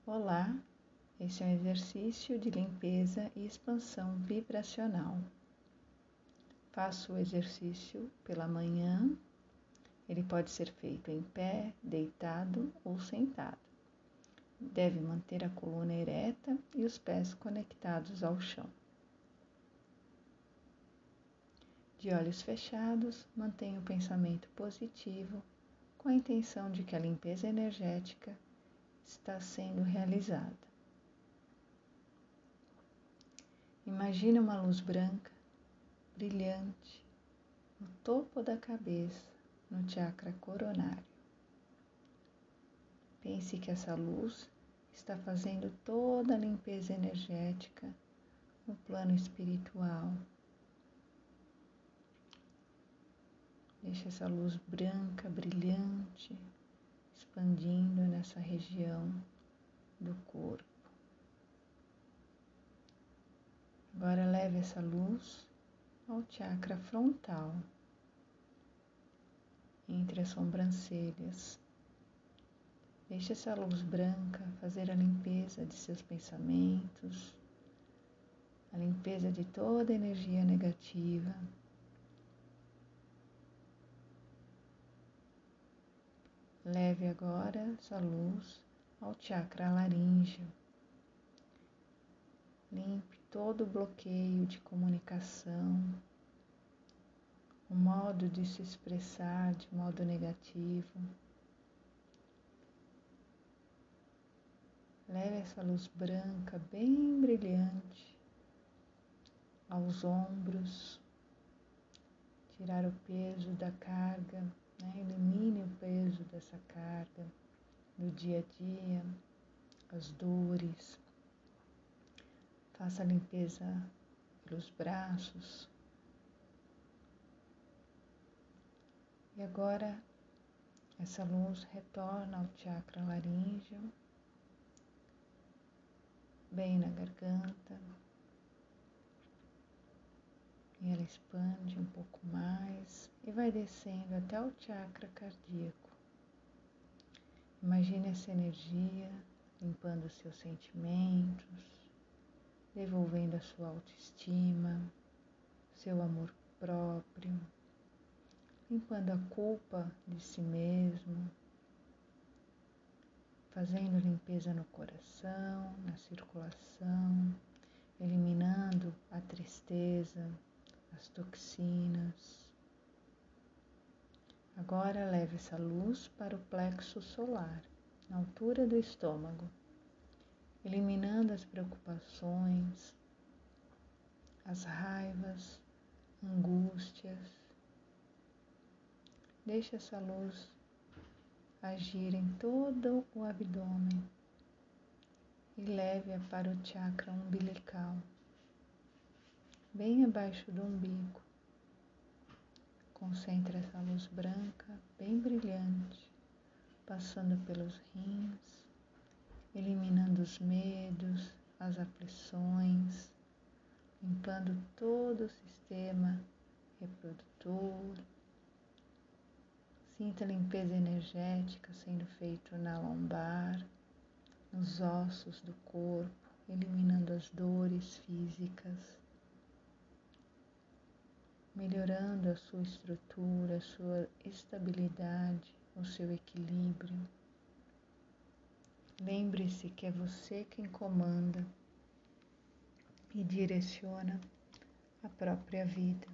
Olá, esse é um exercício de limpeza e expansão vibracional. Faço o exercício pela manhã, ele pode ser feito em pé, deitado ou sentado. Deve manter a coluna ereta e os pés conectados ao chão. De olhos fechados, mantenha o pensamento positivo com a intenção de que a limpeza energética está sendo realizada. Imagine uma luz branca, brilhante, no topo da cabeça, no chakra coronário. Pense que essa luz está fazendo toda a limpeza energética no plano espiritual. Deixe essa luz branca, brilhante, expandindo nessa região do corpo. Agora leve essa luz ao chakra frontal, entre as sobrancelhas. Deixe essa luz branca fazer a limpeza de seus pensamentos, a limpeza de toda a energia negativa. Leve agora essa luz ao chakra laríngeo. Limpe todo o bloqueio de comunicação, o modo de se expressar de modo negativo. Leve essa luz branca bem brilhante aos ombros, tirar o peso da carga, elimine o peso dessa carga do dia a dia, as dores. Faça a limpeza pelos braços. E agora essa luz retorna ao chakra laríngeo, bem na garganta. E ela expande um pouco mais e vai descendo até o chakra cardíaco. Imagine essa energia limpando os seus sentimentos, devolvendo a sua autoestima, seu amor próprio, limpando a culpa de si mesmo, fazendo limpeza no coração, na circulação, eliminando a tristeza, as toxinas. Agora leve essa luz para o plexo solar, na altura do estômago, eliminando as preocupações, as raivas, angústias. Deixe essa luz agir em todo o abdômen e leve-a para o chakra umbilical, bem abaixo do umbigo. Concentre essa luz branca, bem brilhante, passando pelos rins, eliminando os medos, as aflições, limpando todo o sistema reprodutor. Sinta a limpeza energética sendo feita na lombar, nos ossos do corpo, eliminando as dores físicas, melhorando a sua estrutura, a sua estabilidade, o seu equilíbrio. Lembre-se que é você quem comanda e direciona a própria vida.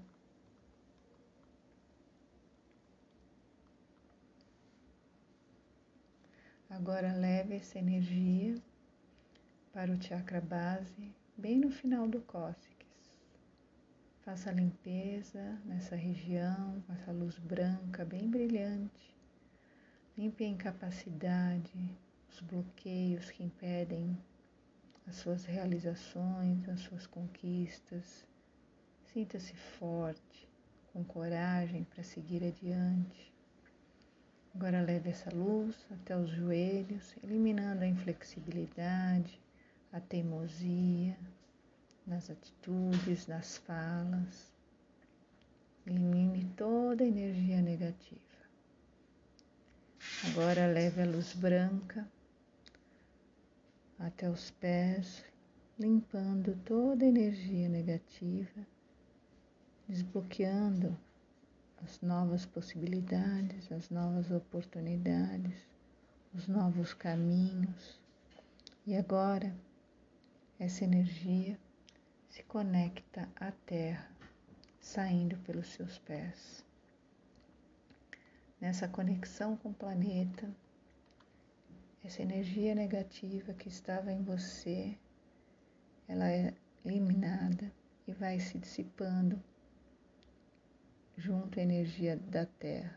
Agora leve essa energia para o chakra base, bem no final do cóccix. Faça a limpeza nessa região, com essa luz branca bem brilhante. Limpe a incapacidade, os bloqueios que impedem as suas realizações, as suas conquistas. Sinta-se forte, com coragem para seguir adiante. Agora leve essa luz até os joelhos, eliminando a inflexibilidade, a teimosia nas atitudes, nas falas. Elimine toda a energia negativa. Agora leve a luz branca até os pés, limpando toda a energia negativa, desbloqueando as novas possibilidades, as novas oportunidades, os novos caminhos. E agora, essa energia se conecta à Terra, saindo pelos seus pés. Nessa conexão com o planeta, essa energia negativa que estava em você, ela é eliminada e vai se dissipando junto à energia da Terra.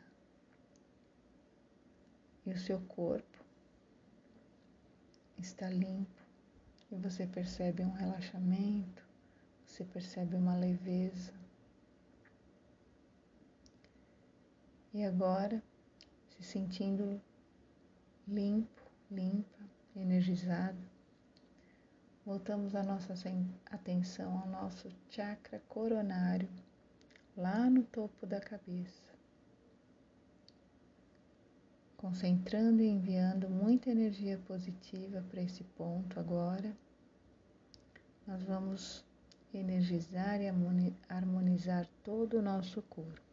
E o seu corpo está limpo e você percebe um relaxamento, você percebe uma leveza. E agora, se sentindo limpo, limpa, energizado, voltamos a nossa atenção ao nosso chakra coronário, lá no topo da cabeça, concentrando e enviando muita energia positiva para esse ponto. Agora nós vamos energizar e harmonizar todo o nosso corpo,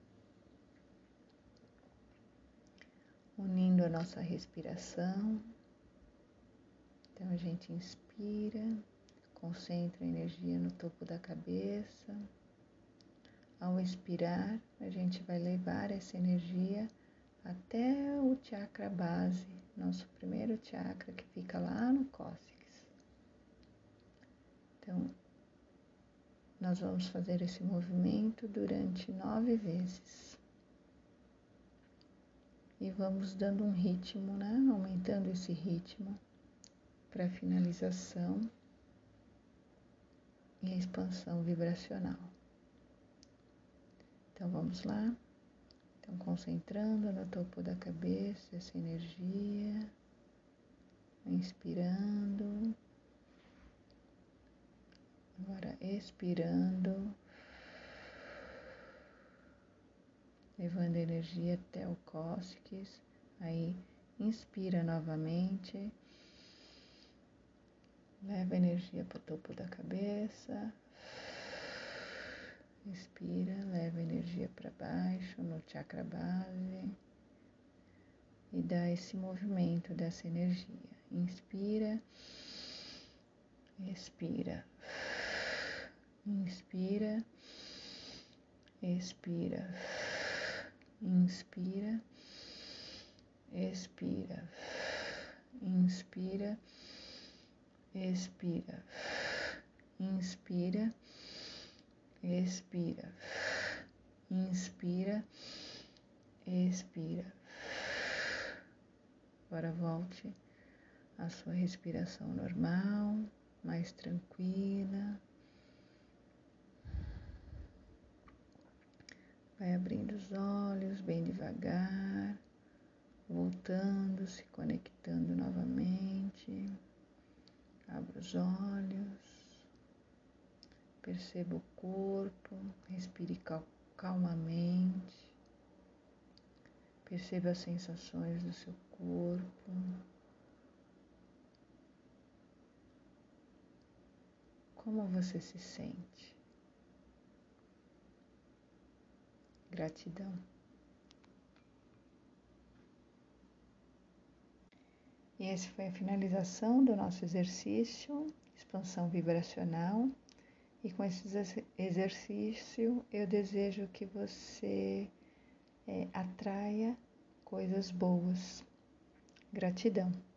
unindo a nossa respiração. Então a gente inspira, concentra a energia no topo da cabeça. Ao expirar, a gente vai levar essa energia até o chakra base, nosso primeiro chakra, que fica lá no cóccix. Então, nós vamos fazer esse movimento durante 9 vezes. E vamos dando um ritmo, né? Aumentando esse ritmo para finalização e a expansão vibracional. Então vamos lá. Então concentrando no topo da cabeça essa energia, inspirando, agora expirando, levando a energia até o cóccix. Aí inspira novamente, leva a energia para o topo da cabeça, expira, leva a energia para baixo no chakra base e dá esse movimento dessa energia. Inspira, expira, inspira, expira, inspira, expira, inspira, expira, inspira, expira, inspira, expira. Agora volte à sua respiração normal, mais tranquila. Vai abrindo os olhos bem devagar, voltando, se conectando novamente. Abra os olhos, perceba o corpo, respire calmamente, perceba as sensações do seu corpo. Como você se sente? Gratidão. E essa foi a finalização do nosso exercício, expansão vibracional. E com esse exercício eu desejo que você atraia coisas boas. Gratidão.